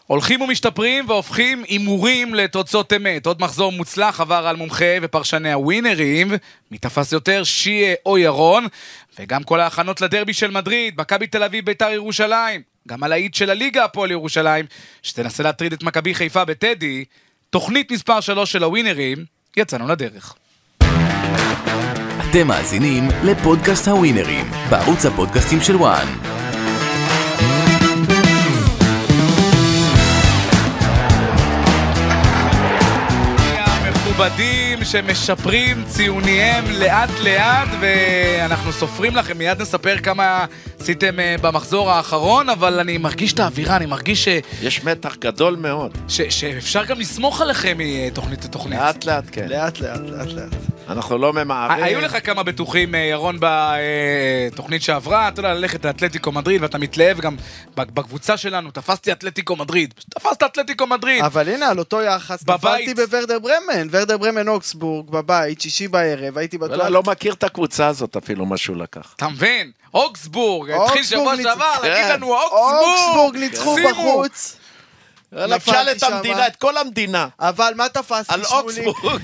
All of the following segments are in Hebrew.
הולכים ומשתפרים והופכים אימורים לתוצאות אמת. עוד מחזור מוצלח עבר על מומחה ופרשני הווינרים, מתפס יותר שיה או ירון, וגם כל ההכנות לדרבי של מדריד, מכבי תל אביב ביתר ירושלים, גם על האיט של הליגה הפועל ירושלים, שתנסה להטריד את מכבי חיפה בטדי. תוכנית מספר 3 של הווינרים, יצאנו לדרך. אתם מאזינים לפודקאסט הווינרים, בערוץ הפודקאסטים של וואן. מכובדים שמשפרים ציוניהם לאט לאט, ואנחנו סופרים לכם, מיד נספר כמה עשיתם במחזור האחרון, אבל אני מרגיש את האווירה, אני מרגיש יש מתח גדול מאוד. שאפשר גם לסמוך עליכם מתוכנית לתוכנית. לאט לאט, כן. לאט. אנחנו לא ממהרים. היו לך כמה בטוחים, ירון, בתוכנית שעברה, אתה יודע, ללכת לאתלטיקו מדריד, ואתה מתלהב גם בקבוצה שלנו, תפסתי אתלטיקו מדריד, תפסת אתלטיקו מדריד. אבל הנה, על אותו יחס, נפלתי בוורדר ברמן, וורדר ברמן אוקסבורג, בבית, 6 בערב, הייתי בטוח. לא מכיר את הקבוצה הזאת אפילו, משהו לקח. אתה מבין? אוקסבורג, התחיל שבוע שעבר, להגיד לנו אוקסבורג ניצחו בחוץ. נפשל את המדינה, את כל המדינה. אבל מה תפסתי, על אוקסבורג.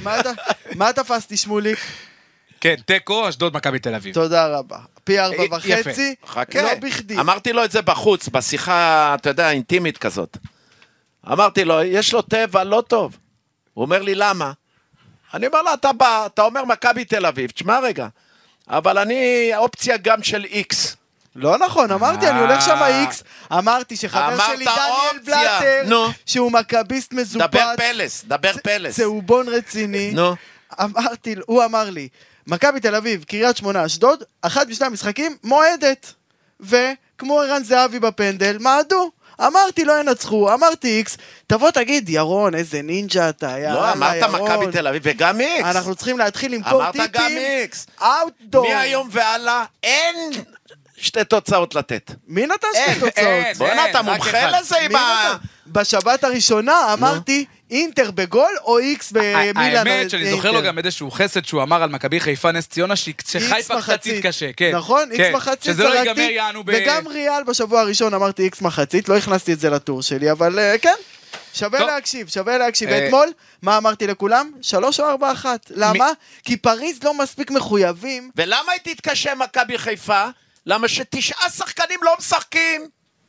מה תפסתי, שמוליק? כן, טקו, אשדוד, מכבי תל אביב. תודה רבה. פי 4.5, חכה. לא בכדי. אמרתי לו את זה בחוץ, בשיחה, אתה יודע, אינטימית כזאת. אמרתי לו, יש לו טבע לא טוב. הוא אומר לי, למה? אני אומר לו, אתה בא, אתה אומר מכבי תל אביב, תשמע רגע, אבל אני אופציה גם של איקס. לא נכון, אמרתי, אני הולך שם איקס, אמרתי שחבר שלי דניאל בלטר, שהוא מקביסט מזופת, דבר פלס. צהובון רציני, אמרתי, הוא אמר לי, מכבי תל אביב, קריית שמונה, אשדוד, 1 משני המשחקים, מועדת, וכמו ערן זהבי בפנדל, מעדו. אמרתי לא ינצחו, אמרתי איקס, תבוא תגיד, ירון, איזה נינג'ה אתה, לא, אמרת מכבי תל אביב וגם איקס. אנחנו צריכים להתחיל למכור טיפים. אמרת גם איקס. אאוטדור. מהיום והלאה, אין שתי תוצאות לתת. מי נתן שתי תוצאות? בוא אתה מומחה לזה עם ה... בשבת הראשונה אמרתי אינטר בגול או איקס במילאן. האמת שאני זוכר לו גם איזשהו חסד שהוא אמר על מכבי חיפה נס ציונה שחיפה מחצית קשה. נכון, איקס מחצית שזה לא ייגמר יענו וגם ריאל בשבוע הראשון אמרתי איקס מחצית, לא הכנסתי את זה לטור שלי, אבל כן, שווה להקשיב. ואתמול, מה אמרתי לכולם? 3 או 4-1. למה? כי פריז לא מספיק מחויבים. ולמה היא תתקשה מכבי חיפה? למה ש9 שחקנים לא משחקים?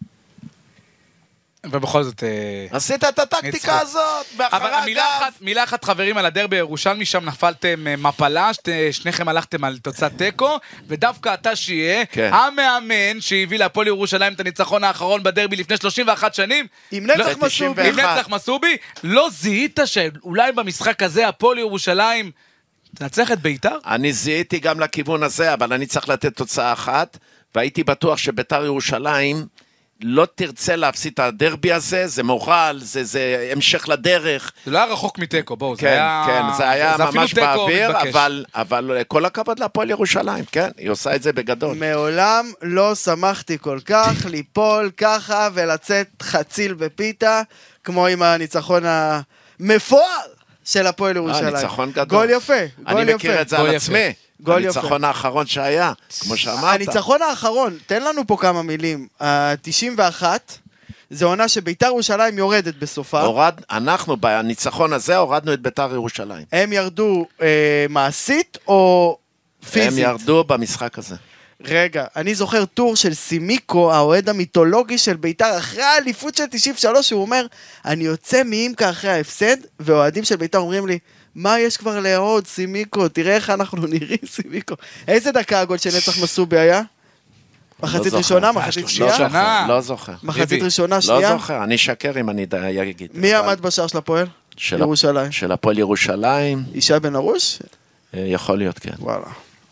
ובכל זאת... עשית את הטקטיקה הזאת, אבל מילה אחת חברים על הדרבי הירושלמי, שם נפלתם מפלה, שניכם הלכתם על תוצאת טקו, ודווקא אתה שיהיה, המאמן שהביא להפועל ירושלים את הניצחון האחרון בדרבי לפני 31 שנים, עם נצח מסובי, לא זיהית שאולי במשחק הזה הפועל ירושלים תנצח את ביתר? אני זיהיתי גם לכיוון הזה, אבל אני צריך לתת תוצאה אחת, והייתי בטוח שביתר ירושלים לא תרצה להפסיד את הדרבי הזה, זה מורל, זה המשך לדרך. זה לא היה רחוק מטקו, בואו, זה היה ממש באוויר, אבל כל הכבוד להפועל ירושלים, כן, היא עושה את זה בגדול. מעולם לא שמחתי כל כך ליפול ככה ולצאת חציל בפיתה, כמו עם הניצחון המפואר של הפועל ירושלים. ניצחון גדול. גול יפה. אני מכיר את זה על עצמי. הניצחון האחרון שהיה, כמו שאמרת. הניצחון האחרון, תן לנו פה כמה מילים. 91, זה עונה שביתר ירושלים יורדת בסופה. אנחנו בניצחון הזה הורדנו את ביתר ירושלים. הם ירדו מעשית או פיזית? הם ירדו במשחק הזה. רגע, אני זוכר טור של סימיקו, האוהד המיתולוגי של ביתר, אחרי האליפות של 93, הוא אומר, אני יוצא מאימקה אחרי ההפסד, ואוהדים של ביתר אומרים לי, מה יש כבר לעוד, סימיקו? תראה איך אנחנו נראים, סימיקו. איזה דקה הגול של נצח מסובי היה? מחצית ראשונה, מחצית שנייה? לא זוכר. מחצית ראשונה, שנייה? לא זוכר, אני אשקר אם אני אגיד. מי עמד בשער של הפועל? ירושלים. של הפועל ירושלים. ישי בן ארוש? יכול להיות, כן. וואלה.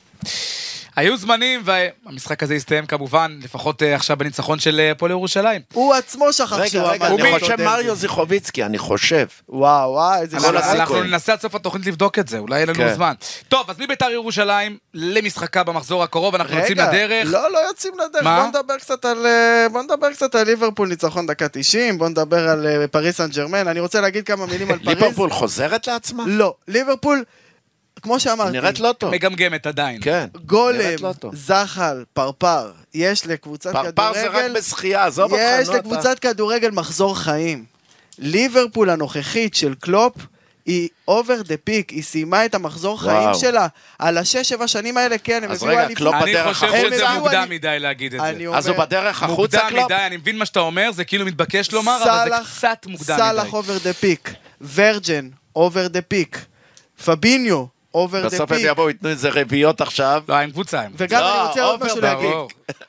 היו זמנים, והמשחק הזה הסתיים כמובן, לפחות עכשיו בניצחון של הפועל ירושלים. הוא עצמו שכח שהוא עמד. אני חושב מריו זיכוביצקי, אני חושב. וואו, איזה גול הסיכוי. אנחנו ננסה עד סוף התוכנית לבדוק את זה, אולי אין לנו זמן. טוב, אז מביתר ירושלים למשחקה במחזור הקרוב, אנחנו יוצאים לדרך. לא יוצאים לדרך, בוא נדבר קצת על ליברפול ניצחון דקה 90, בוא נדבר על פריס סן ז'רמן, אני רוצה להגיד כמה מילים על פריס. ליברפול חוזרת לעצמה? לא, ליברפול כמו שאמרתי, נראית לא טוב. מגמגמת עדיין. כן. גולם, נראית לא טוב. זחל, פרפר, יש לקבוצת פרפר זה רק כדורגל, בשחייה, עזוב אותך. יש לקבוצת כדורגל מחזור חיים. ליברפול הנוכחית של קלופ, היא over the peak, היא סיימה את המחזור חיים שלה, על 6-7 שנים האלה, כן, הם אז הביאו רגע, אליפות. קלופ אני בדרך חושב החוצה. שזה הם מוקדם הביאו- מדי להגיד את זה. אני אז הוא אומר, בדרך החוצה, מוקדם קלופ? מדי, אני מבין מה שאתה אומר, זה כאילו מתבקש לומר, אבל זה קצת מוקדם מדי. סלאח over the peak, ורג'ן over the peak, פביניו over the בסוף הם peak, יבואו, ייתנו איזה רביעיות עכשיו. לא, עם קבוצה. וגם לא, אני רוצה עוד over משהו the להגיד. ברור.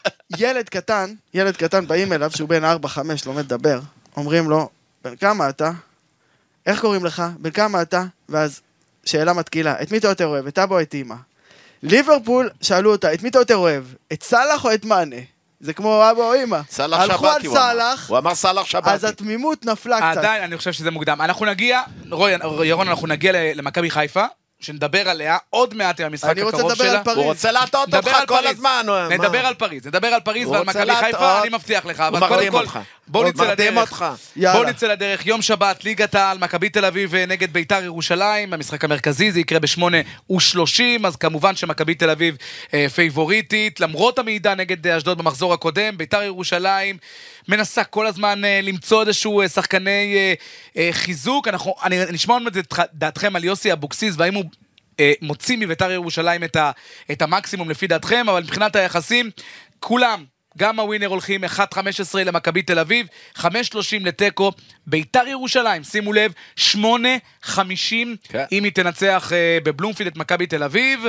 ילד קטן באים אליו, שהוא בן 4-5, לומד לדבר, אומרים לו, בן כמה אתה? איך קוראים לך? בן כמה אתה? ואז שאלה מתקילה, את מי אתה יותר אוהב? את אבא או את אמא? ליברפול שאלו אותה, את מי אתה יותר אוהב? את סלאח או את מאנה? זה כמו אבא או אמא. סלאח הלכו על שבתי הוא אמר. סלאח, הוא אמר סלאח שבתי. אז התמימות נפלה קצת. עדיין, אני חושב שזה מוקדם. אנחנו נגיע, ירון, אנחנו נגיע למכבי חיפה, שנדבר עליה עוד מעט עם המשחק אני רוצה הקרוב לדבר שלה. על פריז. הוא רוצה להטעות נדבר אותך על כל פריז. הזמן. נדבר על פריז הוא ועל רוצה מכבי חיפה, להטעות. אני מבטיח לך. הוא אבל קודם מרדים כל, אותך. בואו נצא מרדים לדרך. אותך. יאללה. בואו נצא לדרך. יום שבת, ליגת העל, מכבי תל אביב נגד ביתר ירושלים. המשחק המרכזי, זה יקרה ב8:30, אז כמובן שמכבי תל אביב פייבוריטית. למרות המידע נגד אשדוד במחזור הקודם, ביתר ירושלים מנסה כל הזמן למצוא איזשהו שחקני חיזוק. אני נשמע עוד את דעתכם על יוסי אבוקסיס, והאם הוא מוציא מביתר ירושלים את המקסימום לפי דעתכם, אבל מבחינת היחסים, כולם, גם הווינר הולכים 1.15 למכבי תל אביב, 5.30 לטקו, ביתר ירושלים, שימו לב, 8.50, כן. אם היא תנצח בבלומפילד את מכבי תל אביב.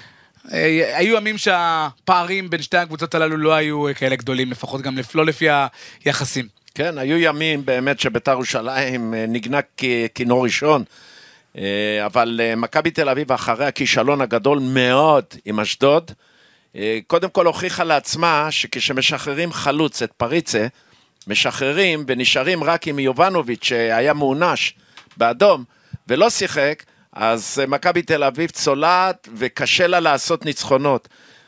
היו ימים שהפערים בין שתי הקבוצות הללו לא היו כאלה גדולים, לפחות גם לא לפי היחסים. כן, היו ימים באמת שביתר ירושלים נגנה כינור ראשון, אבל מכבי תל אביב אחרי הכישלון הגדול מאוד עם אשדוד, קודם כל הוכיחה לעצמה שכשמשחררים חלוץ את פריצה, משחררים ונשארים רק עם יובנוביץ' שהיה מעונש באדום ולא שיחק, אז מכבי תל אביב צולעת וקשה לה לעשות ניצחונות.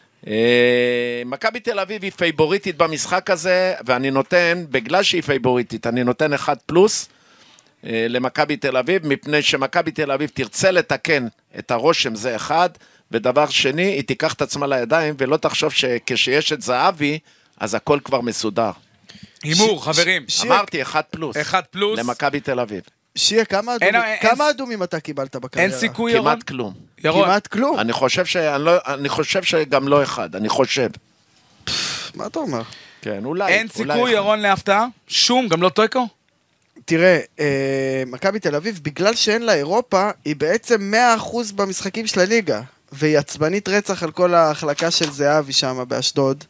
מכבי תל אביב היא פייבוריטית במשחק הזה, ואני נותן, בגלל שהיא פייבוריטית, אני נותן 1+ למכבי תל אביב, מפני שמכבי תל אביב תרצה לתקן את הרושם, זה אחד, ודבר שני, היא תיקח את עצמה לידיים, ולא תחשוב שכשיש את זהבי, אז הכל כבר מסודר. הימור, חברים. אמרתי 1+ 1+ למכבי תל אביב. שיה, כמה אדומים אתה קיבלת בקריירה? אין סיכוי, ירון? כמעט כלום. ירון, כמעט כלום. אני חושב שגם לא אחד, אני חושב. מה אתה אומר? כן, אולי. אין סיכוי, ירון, להפתעה? שום, גם לא טויקו? תראה, מכבי תל אביב, בגלל שאין לה אירופה, היא בעצם 100% במשחקים של הליגה, והיא עצבנית רצח על כל ההחלקה של זהבי שם באשדוד.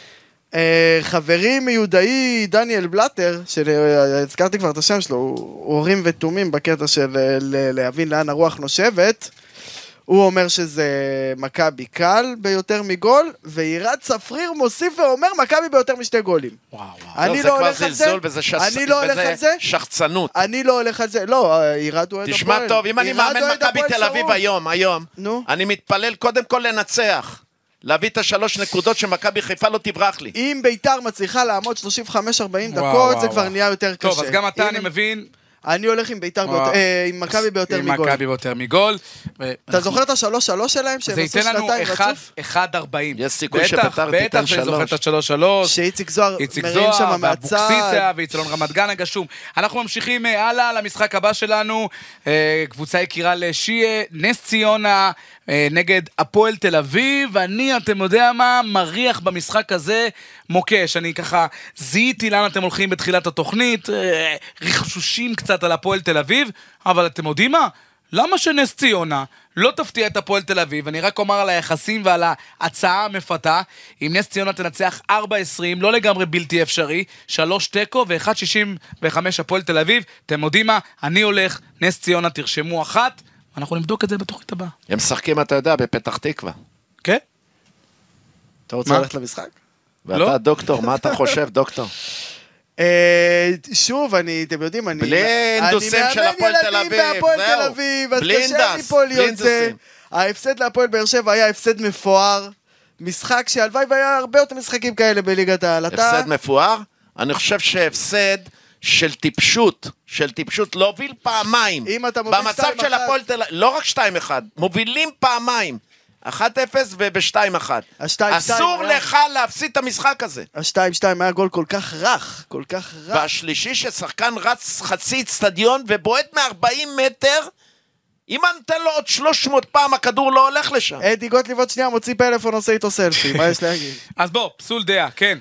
חברי מיודעי דניאל בלטר, שהזכרתי כבר את השם שלו, הוא הורים ותומים בקטע של להבין לאן הרוח נושבת, הוא אומר שזה מכבי קל ביותר מגול, וירד צפריר מוסיף ואומר מכבי ביותר משתי גולים. וואו. אני לא הולך על זה, אני לא הולך על זה, שחצנות. אני לא הולך על זה, לא, ירד אוהד הפועל. תשמע טוב, אם אני מאמן מכבי תל אביב היום, נו. אני מתפלל קודם כל לנצח. להביא את 3 נקודות שמכבי חיפה לא תברח לי. אם ביתר מצליחה לעמוד 35-40 דקות, וואו, זה כבר נהיה יותר קשה. טוב, אז גם אתה, אני מבין, אני הולך עם ביתר, עם מכבי ביותר עם מגול. מכבי ביותר מגול. אתה זוכר את ה-3-3 שלהם? שהם זה עשו ייתן לנו שנתיים רצוף? 1.40. יש סיכוי שביתר תיתן בטח שאני זוכר את ה-3-3. שאיציק זוהר איציק מרים שם זוהר, מהצד. ואבוקסיסיה, ואיצטדיון רמת גן הגשום. אנחנו ממשיכים הלאה למשחק הבא שלנו, קבוצה יקירה לשיה, נס ציונה נגד הפועל תל אביב, ואני, אתם יודע מה, מריח במשחק הזה מוקש. אני ככה זיהיתי לאן אתם הולכים בתחילת התוכנית, רכשושים קצת על הפועל תל אביב, אבל אתם יודעים מה? למה שנס ציונה לא תפתיע את הפועל תל אביב? אני רק אומר על היחסים ועל ההצעה המפתה. אם נס ציונה תנצח 4.20, לא לגמרי בלתי אפשרי, 3 טקו ו1.65 הפועל תל אביב. אתם יודעים מה? אני הולך, נס ציונה תרשמו 1, אנחנו נבדוק את זה בתוכנית הבאה. הם משחקים, אתה יודע, בפתח תקווה. כן? אתה רוצה ללכת למשחק? ואתה דוקטור, מה אתה חושב, דוקטור? שוב, אתם יודעים, אני בלי אינדוסים של הפועל תל אביב, בהפועל תל זהו. אביב, אז בלי קשה לי אינדס, פה בלי להיות זה. אינדוסים. ההפסד להפועל באר שבע היה הפסד מפואר, משחק שהלוואי והיה הרבה יותר משחקים כאלה בליגת העל. הפסד מפואר? אני חושב שהפסד של טיפשות, להוביל פעמיים. אם אתה מוביל 2-1. במצב של הפועל תל אביב, לא רק 2-1, מובילים פעמיים. 1-0 וב-2-1. אסור לך להפסיד את המשחק הזה. ה-2-2 היה גול כל כך רך, כל כך רך. והשלישי ששחקן רץ חצי אצטדיון ובועט מ-40 מטר, אם אני נותן לו עוד 300 פעם, הכדור לא הולך לשם. אדי גוטליב עוד שנייה מוציא פלאפון, עושה איתו סלפי, מה יש להגיד? אז בוא, פסול דעה, כן.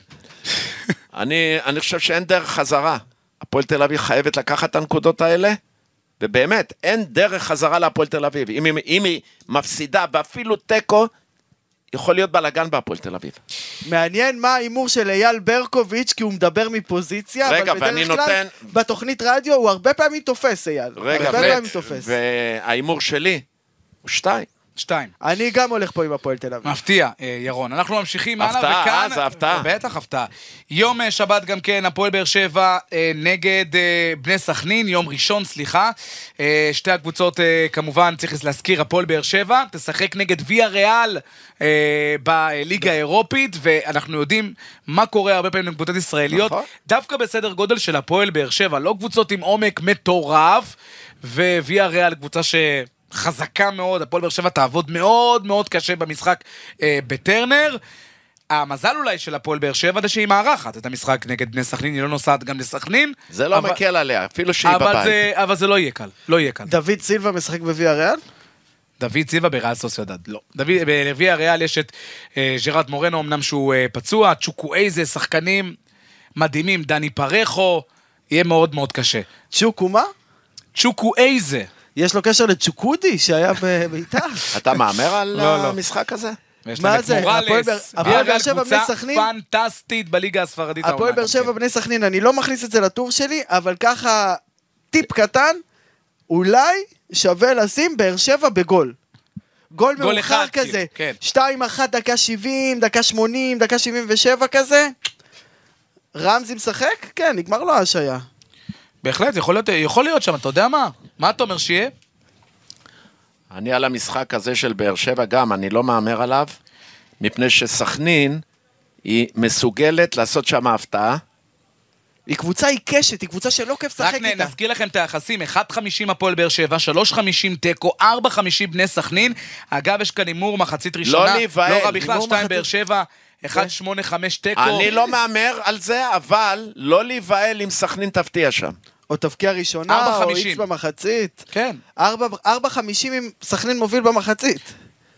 אני חושב שאין דרך חזרה. הפועל תל אביב חייבת לקחת את הנקודות האלה, ובאמת, אין דרך חזרה להפועל תל אביב. אם היא מפסידה ואפילו טקו, יכול להיות בלגן בהפועל תל אביב. מעניין מה האימור של אייל ברקוביץ', כי הוא מדבר מפוזיציה, רגע, אבל ואני בדרך כלל, בתוכנית רדיו הוא הרבה פעמים תופס, אייל. רגע, והאימור שלי הוא 2. אני גם הולך פה עם הפועל תל אביב. מפתיע, ירון. אנחנו ממשיכים הלאה, וכאן... הפתעה, זה הפתעה. בטח הפתעה. יום שבת גם כן, הפועל באר שבע נגד בני סכנין, יום ראשון, סליחה. שתי הקבוצות, כמובן, צריך להזכיר, הפועל באר שבע, תשחק נגד ויה ריאל בליגה האירופית, ואנחנו יודעים מה קורה הרבה פעמים לקבוצות ישראליות, דווקא בסדר גודל של הפועל באר שבע, לא קבוצות עם עומק מטורף, וויה ריאל קבוצה חזקה מאוד, הפועל באר שבע תעבוד מאוד מאוד קשה במשחק בטרנר. המזל אולי של הפועל באר שבע זה שהיא מארחת את המשחק נגד בני סכנין, היא לא נוסעת גם לסכנין. זה לא מקל עליה, אפילו שהיא בבית. אבל זה לא יהיה קל, לא יהיה קל. דוד סילבה משחק בוויה ריאל? דוד סילבה בריאל סוסיודד, לא. בוויה ריאל יש את ג'רארד מורנו, אמנם שהוא פצוע, צ'וקו איזה, שחקנים מדהימים, דני פרחו, יהיה מאוד מאוד קשה. צ'וקו מה? צ'וקו איזה. יש לו קשר לצ'וקודי שהיה בביתה. אתה מאמר על המשחק הזה? מה זה? הפועל באר שבע בני סכנין? פנטסטית בליגה הספרדית. הפועל באר שבע בני סכנין, אני לא מכניס את זה לטור שלי, אבל ככה טיפ קטן, אולי שווה לשים באר שבע בגול. גול מאוחר כזה. 2-1 דקה 70, דקה 80, דקה 77 כזה. רמזי משחק? כן, נגמר לו השעיה. בהחלט, יכול להיות שם, אתה יודע מה? מה אתה אומר שיהיה? אני על המשחק הזה של באר שבע גם, אני לא מאמר עליו, מפני שסכנין היא מסוגלת לעשות שם הפתעה. היא קבוצה עיקשת, היא קבוצה שלא כיף לשחק איתה. רק נזכיר לכם את היחסים, 1.50 הפועל באר שבע, 3.50 טקו, 4.50 בני סכנין. אגב, יש כאן אימור מחצית ראשונה. לא להיבהל. לא רע בכלל, 2 באר שבע, 1.85 טקו. אני לא מאמר על זה, אבל לא להיבהל אם סכנין תפתיע שם. או תפקיע ראשונה, או איקס במחצית. כן. 4.50 אם סכנין מוביל במחצית.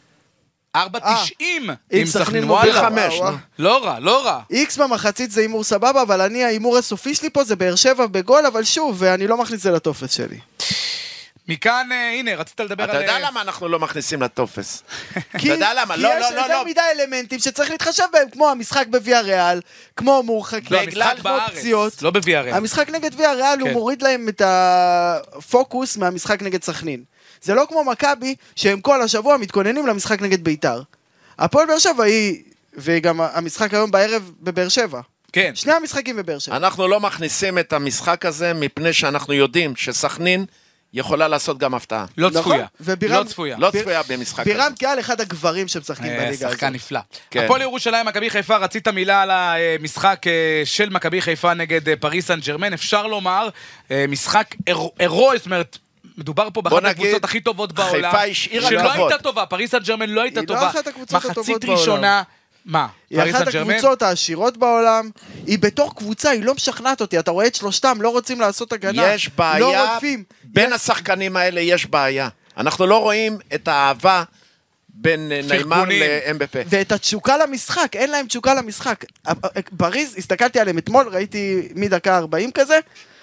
4.90 אם סכנין מוביל 5. לא רע, לא רע. איקס במחצית זה אימור סבבה, אבל האימור הסופי שלי פה זה באר שבע בגול, אבל שוב, ואני לא מכניס את זה לטופס שלי. מכאן, הנה, רצית לדבר על... אתה יודע למה אנחנו לא מכניסים לטופס? כי יש יותר מדי אלמנטים שצריך להתחשב בהם, כמו המשחק בוויה ריאל, כמו מורחקים, כמו פציעות. לא בוויה ריאל. המשחק נגד וויה ריאל הוא מוריד להם את הפוקוס מהמשחק נגד סכנין. זה לא כמו מכבי, שהם כל השבוע מתכוננים למשחק נגד ביתר. הפועל באר שבע היא, וגם המשחק היום בערב בבאר שבע. כן. שני המשחקים בבאר שבע. אנחנו לא מכניסים את המשחק הזה, מפני שאנחנו יודעים שסכנין יכולה לעשות גם הפתעה. לא צפויה. לא צפויה במשחק הזה. בירם קהל אחד הגברים שמשחקים בליגה הזאת. שחקן נפלא. הפועל ירושלים, מכבי חיפה, רצית מילה על המשחק של מכבי חיפה נגד פריס סן ז'רמן, אפשר לומר, משחק הירואי, זאת אומרת, מדובר פה באחת הקבוצות הכי טובות בעולם. חיפה השאירה שלא כבוד. הייתה טובה, פריס סן ז'רמן לא הייתה טובה. היא לא אחת הקבוצות הטובות בעולם. מחצית ראשונה, מה? היא אחת הקבוצות העשירות בעולם, היא בתוך קבוצה, היא לא משכנעת אותי, אתה רואה את שלושתם, לא רוצים לעשות הגנה, יש בעיה, לא רודפים. בין השחקנים האלה יש בעיה. אנחנו לא רואים את האהבה בין ניימר לאמבפה. ואת התשוקה למשחק, אין להם תשוקה למשחק. פריז, הסתכלתי עליהם אתמול, ראיתי מדקה 40 כזה,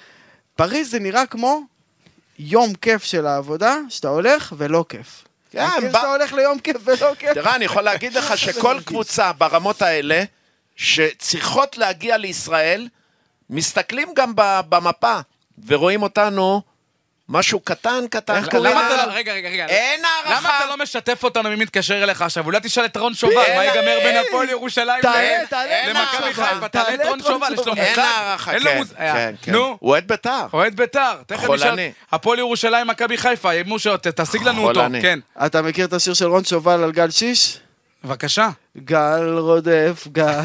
פריז זה נראה כמו יום כיף של העבודה, שאתה הולך ולא כיף. שאתה הולך ליום כיף ולא כיף. תראה, אני יכול להגיד לך שכל קבוצה ברמות האלה, שצריכות להגיע לישראל, מסתכלים גם במפה, ורואים אותנו משהו קטן. רגע. אין הערכה. למה אתה לא משתף אותנו מי מתקשר אליך עכשיו? אולי תשאל את רון שובל, מה ייגמר בין הפועל ירושלים למכבי חיפה? תעלה את רון שובל, יש לו מושג. אין הערכה, כן. נו. הוא אוהד בית"ר. אוהד בית"ר. תכף נשאל, הפועל ירושלים, מכבי חיפה, תשיג לנו אותו. אתה מכיר את השיר של רון שובל על גל שיש? בבקשה. גל רודף, גל.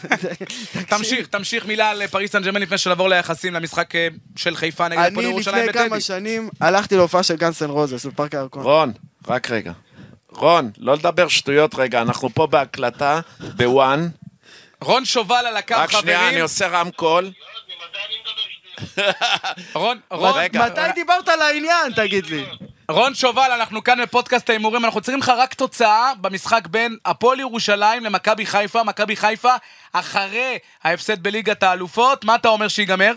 תמשיך מילה על פריס סן ז'רמן לפני שנעבור ליחסים למשחק של חיפה נגד הפועל ירושלים לפני כמה בטדי. שנים הלכתי להופעה של גאנס אנד רוזס בפארק הירקון. רון, רק רגע. רון, לא לדבר שטויות רגע, אנחנו פה בהקלטה, בוואן. רון שובל על הקו, רק שנייה, אני חברים. עושה רמקול. רון, רגע. מתי דיברת על העניין, תגיד לי? רון שובל, אנחנו כאן בפודקאסט ההימורים, אנחנו צריכים לך רק תוצאה במשחק בין הפועל ירושלים למכבי חיפה. מכבי חיפה אחרי ההפסד בליגת האלופות, מה אתה אומר שיגמר?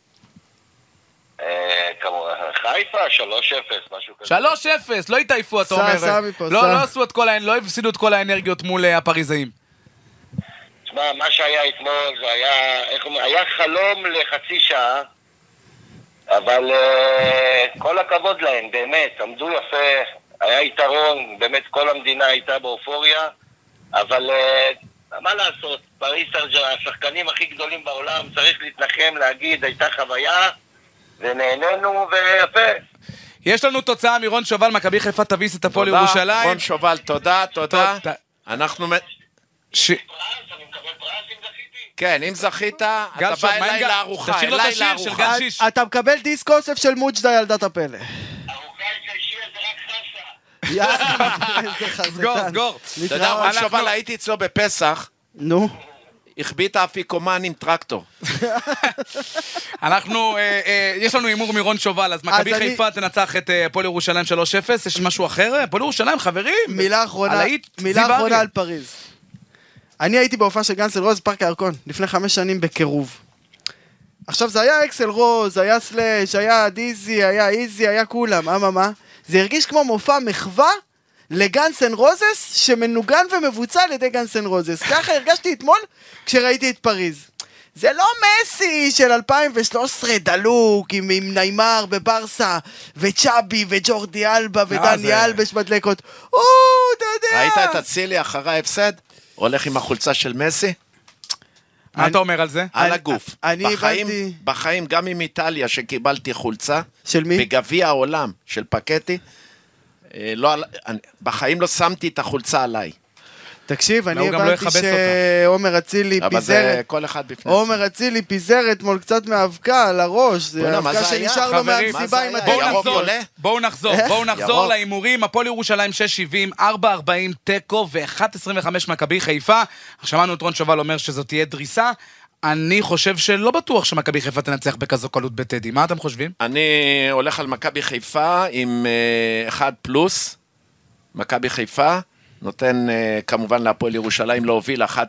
כמובן, חיפה, 3-0, משהו כזה. 3-0, לא התעייפו, אתה אומר. סע מפה, לא סע. עשו לא הפסידו את כל האנרגיות מול הפריזאים. תשמע, מה שהיה אתמול זה היה חלום לחצי שעה, אבל כל הכבוד להם, באמת, עמדו יפה, היה יתרון, באמת כל המדינה הייתה באופוריה, אבל מה לעשות, פריס השחקנים הכי גדולים בעולם, צריך להתנחם, להגיד, הייתה חוויה, ונהנינו ויפה. יש לנו תוצאה מרון שובל, מכבי חיפה תביס את הפועל ירושלים. רון שובל, תודה. אנחנו... פרס, אני מקבל פרס אם זכיתי. כן, אם זכית, אתה גל בא שוב, מה עם אליי גל? לארוחה, תשאיר לו את אליי השיר של לארוחה. גל שיש. אתה מקבל דיסק אוסף של מוג'דה ילדת הפלא. ארוכה אישי זה רק חסה. יאללה, איזה חזקן. סגור. אתה יודע, רון אנחנו- שובל, הייתי אצלו בפסח, נו. החביא את האפיקומן עם טרקטור. אנחנו, יש לנו הימור מרון שובל, אז מכבי אז אני- חיפה תנצח את הפועל ירושלים 3-0, יש משהו אחר? הפועל ירושלים, חברים. מילה אחרונה על פריז. אני הייתי בהופעה של גאנס אנד רוזס בפארק הירקון, לפני 5 שנים בקירוב. עכשיו זה היה אקסל רוז, היה סלאש, היה דיזי, היה איזי, היה כולם, מה? זה הרגיש כמו מופע מחווה לגאנס אנד רוזס, שמנוגן ומבוצע על ידי גאנס אנד רוזס. ככה הרגשתי אתמול כשראיתי את פריז. זה לא מסי של 2013 דלוק, עם ניימר בברסה, וצ'אבי וג'ורדי אלבה ודני אלבש בדלקות. אתה יודע. ראית את אצילי אחרי ההפסד? הולך עם החולצה של מסי? מה אתה אומר על זה? על הגוף. אני הבנתי... בחיים, גם עם איטליה שקיבלתי חולצה, של מי? בגביע העולם של פקטי, בחיים לא שמתי את החולצה עליי. תקשיב, אני הוא גם לא הבנתי יכבס אותה. שעומר אצילי אבל פיזר... זה כל אחד בפני. עומר אצילי פיזר אתמול קצת מהאבקה על הראש, זה בוא'נה, מה האבקה זה היה, שנשאר לו חברים? מה מהמסיבה זה עם היה? בואו ירוק נחזור, עולה? בואו נחזור ירוק. להימורים, הפועל ירושלים 6-70, 4-40 תיקו ו-1-25 מכבי חיפה. שמענו את רון שובל אומר שזאת תהיה דריסה, אני חושב שלא בטוח שמכבי חיפה תנצח בכזו קלות בטדי, מה אתם חושבים? אני הולך על מכבי חיפה עם 1 פלוס, מכבי חיפה, נותן כמובן להפועל ירושלים להוביל 1-0,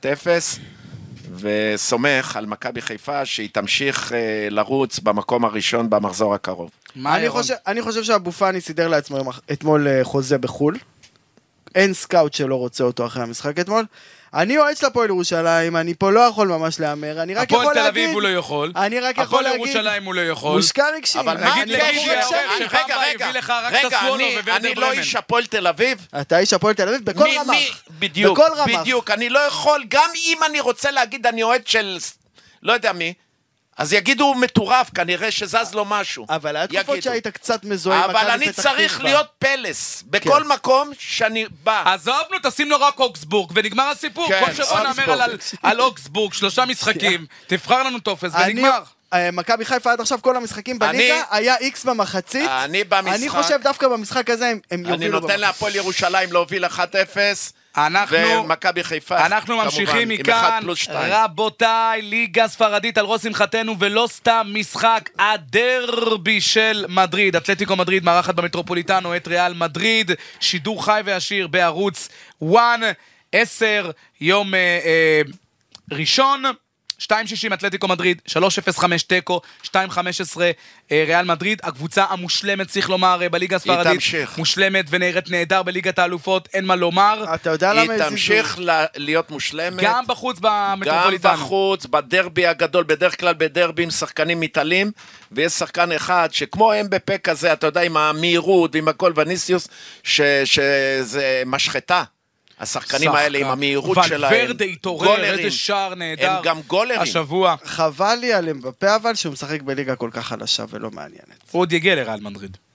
וסומך על מכבי חיפה שהיא תמשיך לרוץ במקום הראשון במחזור הקרוב. אני חושב שאבו פאני סידר לעצמו אתמול חוזה בחול. אין סקאוט שלא רוצה אותו אחרי המשחק אתמול. אני אוהד של הפועל ירושלים, אני פה לא יכול ממש להאמר, אני רק יכול הפועל להגיד... תל אביב הוא לא יכול, אני רק יכול הפועל להגיד... ירושלים הוא לא יכול, מושקע רגשי. אבל מה נגיד הקשר? לגידי שפעם הבאה הביא לך רק ססוולו וורדר אני לא ברמן. איש הפועל תל אביב. אתה איש הפועל תל אביב בכל רמ"ח. בדיוק, בכל רמ"ח. בדיוק, אני לא יכול, גם אם אני רוצה להגיד אני אוהד של, לא יודע מי, אז יגידו מטורף, כנראה שזז לו משהו. אבל היה תקופות יגידו. שהיית קצת מזוהה עם אבל מכבי אני פתח צריך תקווה. להיות פלס, בכל מקום שאני בא. עזובנו, תשים לו רק אוקסבורג, ונגמר הסיפור. כן, כל שבוע נאמר על אוקסבורג, 3 משחקים, תבחר לנו טופס, ונגמר. מכבי חיפה עד עכשיו כל המשחקים בליגה היה איקס במחצית. אני במשחק... אני חושב דווקא במשחק הזה הם יובילו אני נותן במחצית. להפועל ירושלים להוביל 1-0, ומכבי חיפה, אנחנו ממשיכים כמובן, מכאן, עם 1+2. רבותיי, ליגה ספרדית על ראש שמחתנו, ולא סתם משחק, הדרבי של מדריד. אתלטיקו מדריד מארחת במטרופוליטנו את ריאל מדריד, שידור חי וישיר בערוץ 1, 10, יום ראשון. 2-60 אתלטיקו מדריד, 3-0-5 תיקו, 2-15 ריאל מדריד, הקבוצה המושלמת צריך לומר בליגה הספרדית, תמשיך. מושלמת ונראית נהדר בליגת האלופות, אין מה לומר, אתה יודע למה היא תמשיך להיות מושלמת. גם בחוץ במטרופוליטנו. גם בחוץ, בדרבי הגדול, בדרך כלל בדרבים שחקנים מתעלים, ויש שחקן אחד שכמו אמבפה כזה, אתה יודע, עם המהירות ועם הכל, וניסיוס, שזה משחטה. השחקנים האלה עם המהירות שלהם. ולוורדה התעורר, איזה שער נהדר. הם גם גולרים. השבוע. חבל לי על אמבפה אבל שהוא משחק בליגה כל כך חלשה ולא מעניינת. הוא עוד יגיע לריאל מדריד.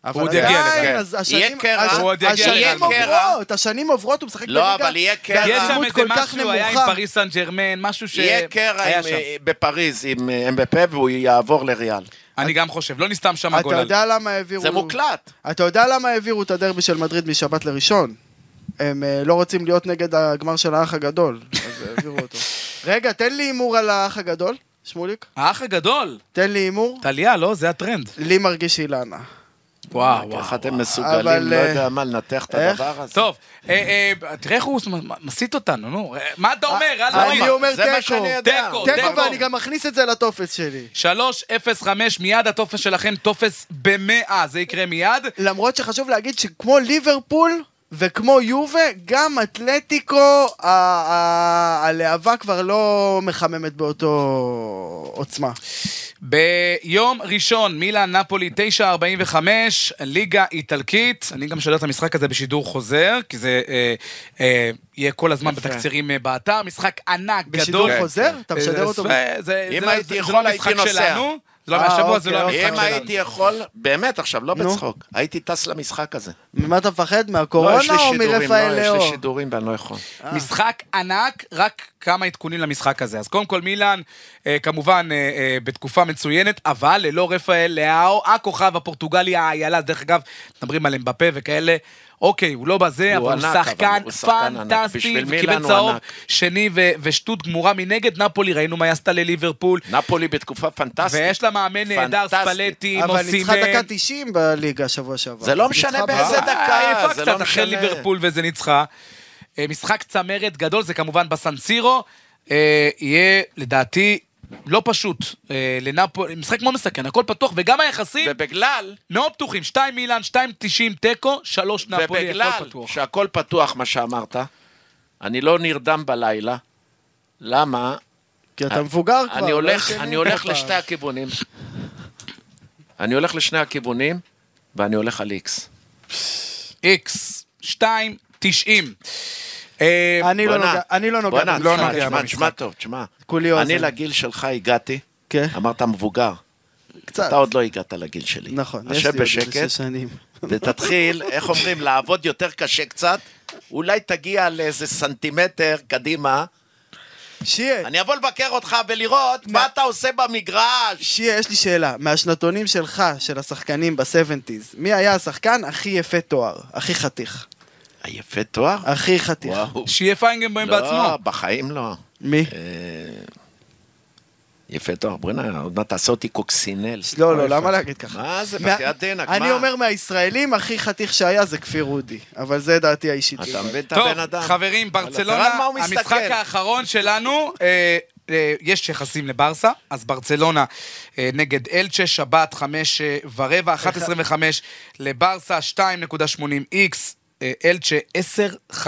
אבל הוא עוד יגיע עדיין, לזה. אז יהיה קרע, הוא עוד יגיע השנים לקרע. עוברות, השנים עוברות, הוא משחק לא, אבל יהיה קרע. יש שם בעצימות איזה כל כך משהו, היה עם נמוכה. פריס סן ג'רמן, משהו ש... יהיה קרע היה שם. בפריז עם אמבפה והוא יעבור לריאל. אני גם חושב, לא נסתם שם אתה גול. יודע למה העבירו... זה מוקלט. אתה יודע למה העבירו את הדרבי של מדריד משבת לראשון? הם לא רוצים להיות נגד הגמר של האח הגדול, אז העבירו אותו. רגע, תן לי הימור על האח הגדול, שמוליק. האח הגדול. תן לי הימור. טליה, לא? זה הטרנד. לי מרגיש אילנה. וואו. איך אתם אבל, מסוגלים, לא יודע מה, לנתח את איך? הדבר הזה. טוב, תראה איך הוא מסית אותנו, נו. מה אתה אומר? אני אומר זה מה תיקו. שאני יודע. תיקו ואני גם מכניס את זה לטופס שלי. 3-0-5, מיד הטופס שלכם, טופס ב-100, זה יקרה מיד. למרות שחשוב להגיד שכמו ליברפול וכמו יובה, גם אתלטיקו, הלהבה כבר לא מחממת באותו עוצמה. ביום ראשון, מילאן נפולי 9:45, ליגה איטלקית. אני גם משדר את המשחק הזה בשידור חוזר, כי זה יהיה כל הזמן בתקצירים באתר. משחק ענק, גדול. בשידור חוזר? אתה משדר אותו? אם הייתי יכול, הייתי נוסע. לא מהשבוע, זה לא אוקיי. המשחק אם שלנו. הייתי יכול, באמת עכשיו, לא בצחוק, הייתי טס למשחק הזה. ממה אתה מפחד? לא, יש מהקורונה לי או שידורים, מרפאל לא, יש לאו? לי שידורים ואני לא יכול. משחק ענק, רק כמה עדכונים למשחק הזה. אז קודם כל מילאן, כמובן, בתקופה מצוינת, אבל ללא רפאל לאו, הכוכב הפורטוגלי האיילה, דרך אגב, מדברים על אמבפה וכאלה, אוקיי, הוא לא בזה, אבל הוא ענק, שחקן אבל הוא שחקן ענק. פנטסטי, בשביל וקיבל מילאן הוא צהוב ענק. שני ושטות גמורה מנגד נפולי, ראינו מה עשתה לליברפול, נפולי בתקופה פנטסטית. ויש לה מאמן נהדר, פנטסטי. ספלטי, אבל מוסימן. ניצחה דקה 90 בליגה שבוע שעבר. זה לא משנה ניצחה באיזה בבית. דקה, עייפה זה לא קצת אחרי משנה. ליברפול וזה ניצחה. משחק צמרת גדול, זה כמובן בסנסירו, יהיה לדעתי לא פשוט לנפולי, משחק מאוד מסכן, הכל פתוח, וגם היחסים ובגלל, מאוד פתוחים, 2 מילאן, 2.90 תיקו, 3 נפולי, ובגלל הכל פתוח. שהכל פתוח, מה שאמרת, אני לא נרדם בלילה. למה? כי אתה מבוגר כבר. אני הולך לשני הכיוונים. אני הולך לשני הכיוונים, ואני הולך על איקס. איקס, 2.90. אני לא נוגע. בוא'נה, לא נוגע תשמע במשחק. טוב, תשמע. כולי אוזן. אני לגיל שלך הגעתי, כן. אמרת מבוגר. קצת. אתה עוד לא הגעת לגיל שלי. נכון, יש השב לי עוד בשקט, 6 שנים. ותתחיל, איך אומרים, לעבוד יותר קשה קצת, אולי תגיע לאיזה סנטימטר קדימה, שיה, אני אבוא לבקר אותך ולראות מה אתה עושה במגרש. שיה, יש לי שאלה. מהשנתונים שלך, של השחקנים ב-70's, מי היה השחקן הכי יפה תואר? הכי חתיך. היפה תואר? הכי חתיך. וואו. שיהיה פיינגנבוים בעצמו. לא, בחיים לא. מי? יפה תואר, ברנה, עוד מעט תעשה אותי קוקסינל. לא, למה להגיד ככה? מה זה, בחייאת דינק, מה? אני אומר מהישראלים, הכי חתיך שהיה זה כפיר רודי. אבל זה דעתי האישית. אתה מבין את טוב, הבן אדם? חברים, תראה ברצלונה, מה הוא מסתכל. המשחק האחרון שלנו, יש יחסים לברסה, אז ברצלונה נגד אלצ'ה, שבת 5:15, 11:25 לברסה, 2.80x, אלצ'ה 10.50.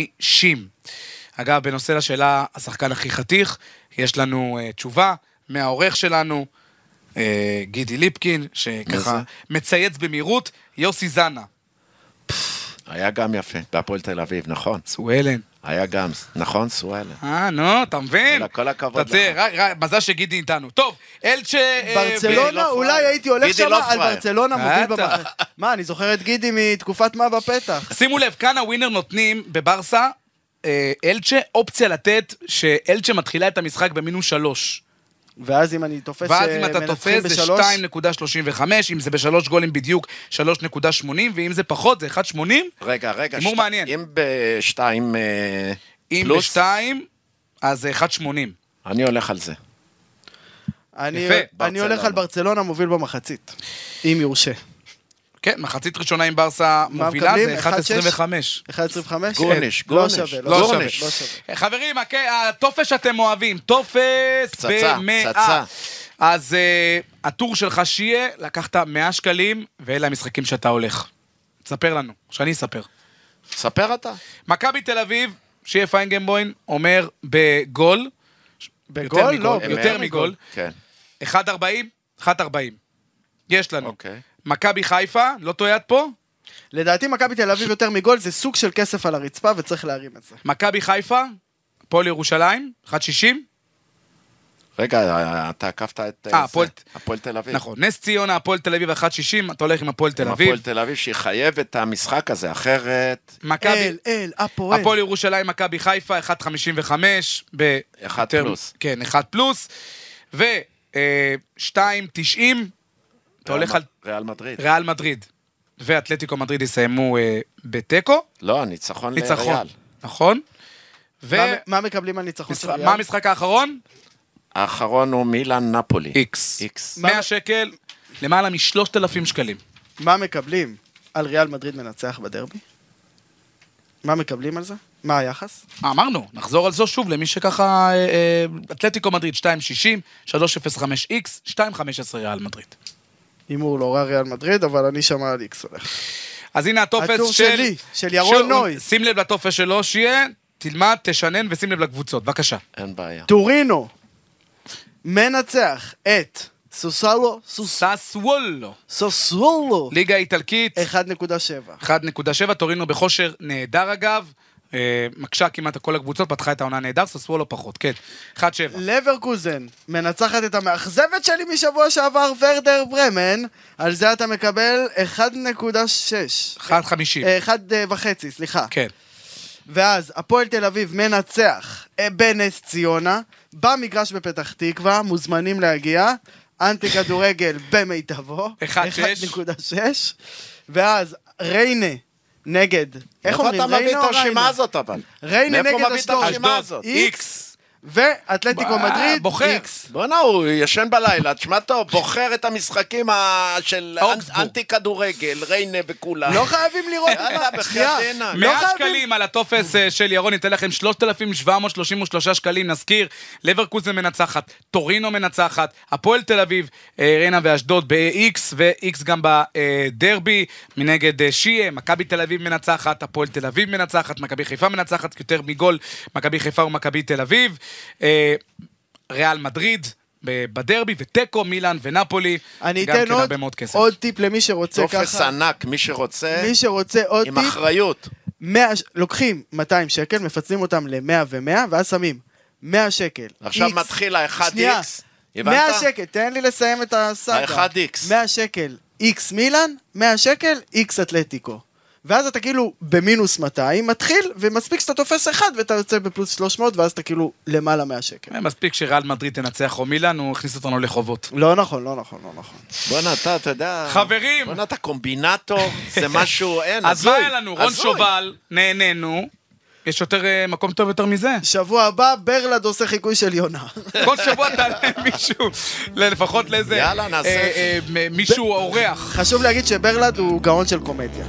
אגב, בנושא לשאלה, השחקן הכי חתיך, יש לנו תשובה מהעורך שלנו, גידי ליפקין, שככה מצייץ במהירות, יוסי זנה. היה גם יפה, בהפועל תל אביב, נכון. סואלן. היה גם, נכון, סואלה. נו, אתה מבין? כל הכבוד לך. מזל שגידי איתנו. טוב, אלצ'ה... ברצלונה, לא אולי פראייר. הייתי הולך גידי שם לא על פראייר. ברצלונה מוביל בטח. במחיר. מה, אני זוכר את גידי מתקופת מה בפתח. שימו לב, כאן הווינר נותנים בברסה, אלצ'ה, אופציה לתת שאלצ'ה מתחילה את המשחק ב-3. ואז אם אני תופס ואז אם אתה שמנצחים תופס זה ב3, 2.35, אם זה ב3 גולים בדיוק 3.80, ואם זה פחות זה 1.80, רגע, הימור מעניין. אם בשתיים אם פלוס, ב2, אז זה 1.80. אני הולך על זה. אני יפה, הולך על ברצלונה מוביל במחצית. אם יורשה. כן, מחצית ראשונה עם ברסה מה מובילה זה מקבלים? 1.25. 1.25? גורניש, לא גורניש. שווה, לא לא שווה. שווה. לא שווה. חברים, הטופס שאתם אוהבים, טופס פצצה, ב-100. פצצה. אז הטור שלך שיהיה, לקחת 100 שקלים, ואלה המשחקים שאתה הולך. תספר לנו, שאני אספר. ספר אתה. מכבי תל אביב, שיהיה פיינגנבוים, אומר בגול. בגול? לא. יותר מגול. כן. 1.40, 1.40. יש לנו. אוקיי. מכבי חיפה, לא טועה עד פה. לדעתי מכבי תל אביב יותר מגול, זה סוג של כסף על הרצפה וצריך להרים את זה. מכבי חיפה, פועל ירושלים, 1.60. רגע, אתה עקפת את הפועל תל אביב. נכון, נס ציונה, הפועל תל אביב 1.60, אתה הולך עם הפועל תל אביב. הפועל תל אביב שהיא חייבת את המשחק הזה, אחרת... מכבי, הפועל ירושלים, מכבי חיפה, 1.55, 1 פלוס. כן, 1 פלוס, ו-2.90, אתה הולך על... ריאל מדריד, ואתלטיקו מדריד יסיימו בטקו. לא, ניצחון לריאל. נכון. מה מקבלים על ניצחון של ריאל? מה המשחק האחרון? האחרון הוא מילאן נפולי. X. 100 שקל, למעלה מ3,000 שקלים. מה מקבלים על ריאל מדריד מנצח בדרבי? מה מקבלים על זה? מה היחס? אמרנו, נחזור על זו שוב למי שככה, אתלטיקו מדריד 2.60, 3.05X, 2.15 ריאל מדריד. הימור לא רע ריאל מדריד, אבל אני שמע על X הולך. אז הנה הטופס הטור שלי, של ירון נוי. שים לב לטופס שלו, שיהיה, תלמד, תשנן ושים לב לקבוצות, בבקשה. אין בעיה. טורינו מנצח את סוסוולו ליגה איטלקית 1.7. 1.7, טורינו בכושר נהדר אגב, מקשה כמעט כל הקבוצות, פתחה את העונה נהדר, סוסוולו פחות, כן, 1.7. לברקוזן מנצחת את המאכזבת שלי משבוע שעבר, ורדר ברמן, על זה אתה מקבל 1.6. 1.5, סליחה. כן. ואז הפועל תל אביב מנצח בנס ציונה, במגרש בפתח תקווה, מוזמנים להגיע, אנטי כדורגל במיטבו, 1.6. ואז ריינה נגד, איך אומרים? איפה אתה מביא את הרשימה הזאת אבל? ריינה נגד אשדוד, איקס. ואתלטיקו מדריד, בוחר. איקס. בוא'נה, הוא ישן בלילה, תשמע טוב, בוחר את המשחקים של אנטי כדורגל, ריינה וכולה. לא חייבים לראות את יאללה, בחייאת דינק. 100 שקלים על הטופס של ירון, ניתן לכם 3,733 שקלים, נזכיר, לברקוזן מנצחת, טורינו מנצחת, הפועל תל אביב, ריינה ואשדוד ב-X, ו-X גם בדרבי, מנגד שיה, מכבי תל אביב מנצחת, הפועל תל אביב מנצחת, מכבי חיפה מנצחת, יותר מגול, מכבי חיפה ומכבי תל אביב, ריאל מדריד בדרבי, וטקו, מילאן ונפולי. אני אתן עוד טיפ למי שרוצה ככה. טופס ענק, מי שרוצה עוד טיפ. עם אחריות. לוקחים 200 שקל, מפצלים אותם ל-100 ו-100, ואז שמים 100 שקל. עכשיו מתחיל ה-1X. 100 שקל, תן לי לסיים את הסאגה. ה-1X. 100 שקל, X מילאן, 100 שקל, X אתלטיקו. ואז אתה כאילו במינוס 200, מתחיל, ומספיק שאתה תופס אחד, ואתה יוצא בפלוס 300, ואז אתה כאילו למעלה 100 שקל. מספיק שריאל מדריד תנצח או מילאן, הוא הכניס אותנו לחובות. לא נכון. בוא'נה, אתה יודע... חברים! בוא'נה, אתה קומבינטור, זה משהו, אין, אז מה היה לנו? רון שובל, נהנינו. יש יותר מקום טוב יותר מזה. שבוע הבא, ברלד עושה חיקוי של יונה. כל שבוע תעלה מישהו, לפחות לאיזה... יאללה, נעשה. מישהו אורח. חשוב להגיד שברלד הוא גאון של קומדיה.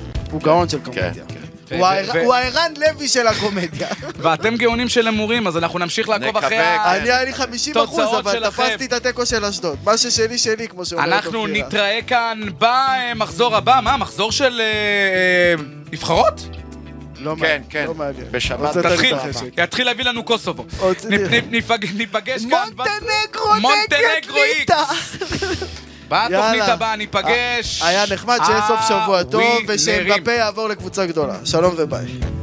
הוא הערן לוי של הקומדיה. ואתם גאונים של אמורים, אז אנחנו נמשיך לעקוב אחרי אני היה לי 50%, אבל תפסתי את הטקו של אשדוד. מה ששלי, כמו שאומרת אופירה. אנחנו נתראה כאן במחזור הבא. מה, מחזור של נבחרות? לא מעניין. בשבת. יתחיל להביא לנו קוסובו. ניפגש כאן. מונטנגרו נגד ליטא. בתוכנית הבאה ניפגש. היה נחמד שיהיה סוף שבוע טוב, ושמבפה יעבור לקבוצה גדולה. שלום וביי.